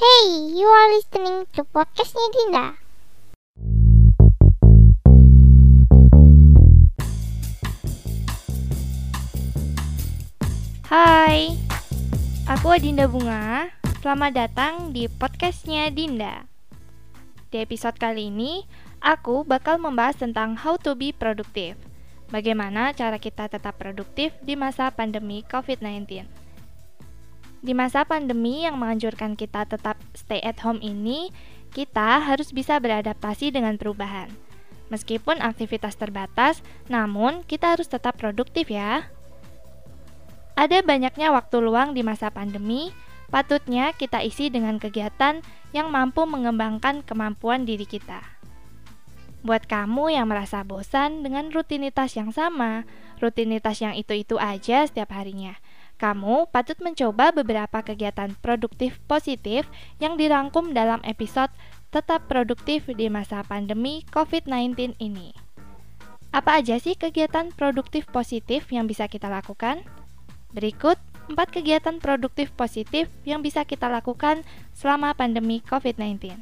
Hey, you are listening to podcastnya Dinda. Hai, aku Adinda Bunga. Selamat datang di podcastnya Dinda. Di episode kali ini, aku bakal membahas tentang how to be productive. Bagaimana cara kita tetap produktif di masa pandemi COVID-19. Di masa pandemi yang menganjurkan kita tetap stay at home ini, kita harus bisa beradaptasi dengan perubahan. Meskipun aktivitas terbatas, namun kita harus tetap produktif ya. Ada banyaknya waktu luang di masa pandemi, patutnya kita isi dengan kegiatan yang mampu mengembangkan kemampuan diri kita. Buat kamu yang merasa bosan dengan rutinitas yang sama, rutinitas yang itu-itu aja setiap harinya, kamu patut mencoba beberapa kegiatan produktif positif yang dirangkum dalam episode Tetap Produktif di Masa Pandemi COVID-19 ini. Apa aja sih kegiatan produktif positif yang bisa kita lakukan? Berikut 4 kegiatan produktif positif yang bisa kita lakukan selama pandemi COVID-19.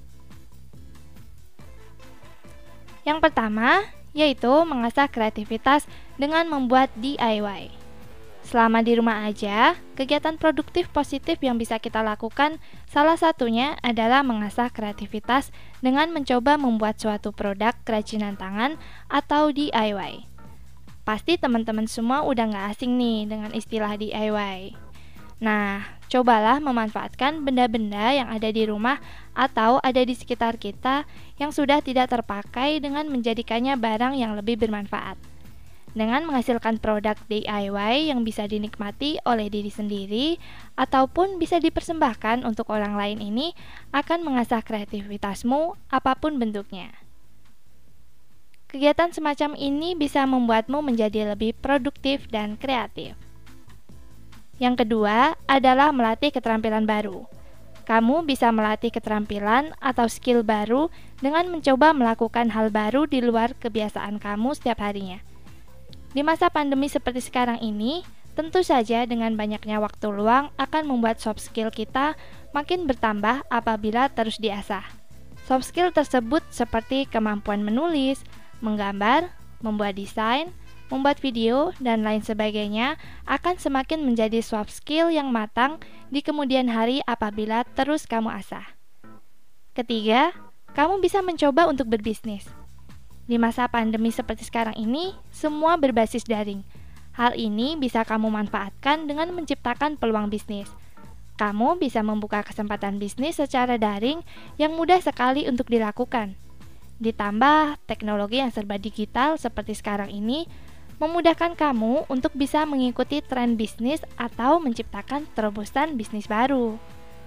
Yang pertama, yaitu mengasah kreativitas dengan membuat DIY. Selama di rumah aja, kegiatan produktif positif yang bisa kita lakukan salah satunya adalah mengasah kreativitas dengan mencoba membuat suatu produk kerajinan tangan atau DIY. Pasti teman-teman semua udah gak asing nih dengan istilah DIY. Nah, cobalah memanfaatkan benda-benda yang ada di rumah atau ada di sekitar kita yang sudah tidak terpakai dengan menjadikannya barang yang lebih bermanfaat. Dengan menghasilkan produk DIY yang bisa dinikmati oleh diri sendiri ataupun bisa dipersembahkan untuk orang lain ini akan mengasah kreativitasmu apapun bentuknya. Kegiatan semacam ini bisa membuatmu menjadi lebih produktif dan kreatif. Yang kedua adalah melatih keterampilan baru. Kamu bisa melatih keterampilan atau skill baru dengan mencoba melakukan hal baru di luar kebiasaan kamu setiap harinya. Di masa pandemi seperti sekarang ini, tentu saja dengan banyaknya waktu luang akan membuat soft skill kita makin bertambah apabila terus diasah. Soft skill tersebut seperti kemampuan menulis, menggambar, membuat desain, membuat video, dan lain sebagainya akan semakin menjadi soft skill yang matang di kemudian hari apabila terus kamu asah. Ketiga, kamu bisa mencoba untuk berbisnis. Di masa pandemi seperti sekarang ini, semua berbasis daring. Hal ini bisa kamu manfaatkan dengan menciptakan peluang bisnis. Kamu bisa membuka kesempatan bisnis secara daring yang mudah sekali untuk dilakukan. Ditambah teknologi yang serba digital seperti sekarang ini, memudahkan kamu untuk bisa mengikuti tren bisnis atau menciptakan terobosan bisnis baru.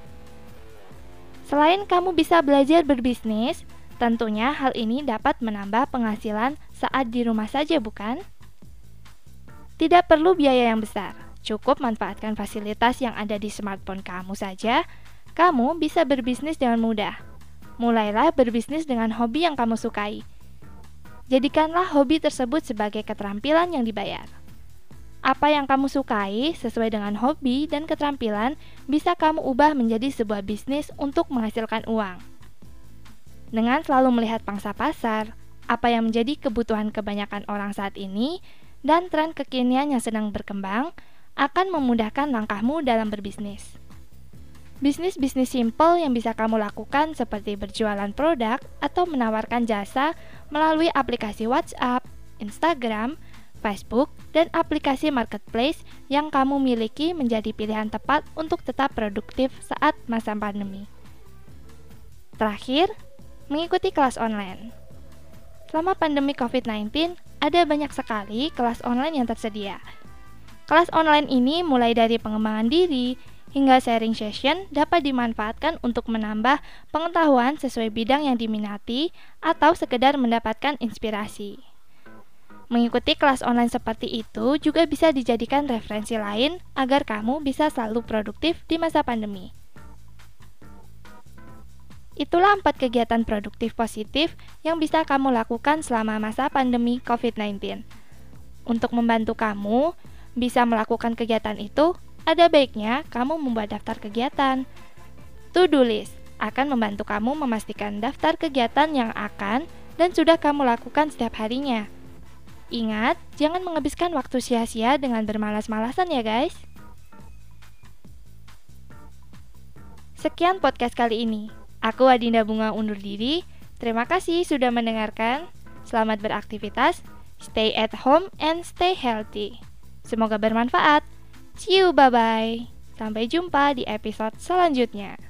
Selain kamu bisa belajar berbisnis, tentunya hal ini dapat menambah penghasilan saat di rumah saja, bukan? Tidak perlu biaya yang besar, cukup manfaatkan fasilitas yang ada di smartphone kamu saja, kamu bisa berbisnis dengan mudah. Mulailah berbisnis dengan hobi yang kamu sukai. Jadikanlah hobi tersebut sebagai keterampilan yang dibayar. Apa yang kamu sukai sesuai dengan hobi dan keterampilan bisa kamu ubah menjadi sebuah bisnis untuk menghasilkan uang. Dengan selalu melihat pangsa pasar, apa yang menjadi kebutuhan kebanyakan orang saat ini, dan tren kekinian yang sedang berkembang, akan memudahkan langkahmu dalam berbisnis. Bisnis-bisnis simple yang bisa kamu lakukan seperti berjualan produk atau menawarkan jasa melalui aplikasi WhatsApp, Instagram, Facebook, dan aplikasi marketplace yang kamu miliki menjadi pilihan tepat untuk tetap produktif saat masa pandemi. Terakhir, mengikuti kelas online. Selama pandemi COVID-19, ada banyak sekali kelas online yang tersedia. Kelas online ini mulai dari pengembangan diri hingga sharing session dapat dimanfaatkan untuk menambah pengetahuan sesuai bidang yang diminati atau sekedar mendapatkan inspirasi. Mengikuti kelas online seperti itu juga bisa dijadikan referensi lain agar kamu bisa selalu produktif di masa pandemi. Itulah 4 kegiatan produktif positif yang bisa kamu lakukan selama masa pandemi COVID-19. Untuk membantu kamu bisa melakukan kegiatan itu, ada baiknya kamu membuat daftar kegiatan. To-do list akan membantu kamu memastikan daftar kegiatan yang akan dan sudah kamu lakukan setiap harinya. Ingat, jangan menghabiskan waktu sia-sia dengan bermalas-malasan ya guys. Sekian podcast kali ini. Aku Adinda Bunga undur diri. Terima kasih sudah mendengarkan. Selamat beraktivitas. Stay at home and stay healthy. Semoga bermanfaat. See you, bye-bye. Sampai jumpa di episode selanjutnya.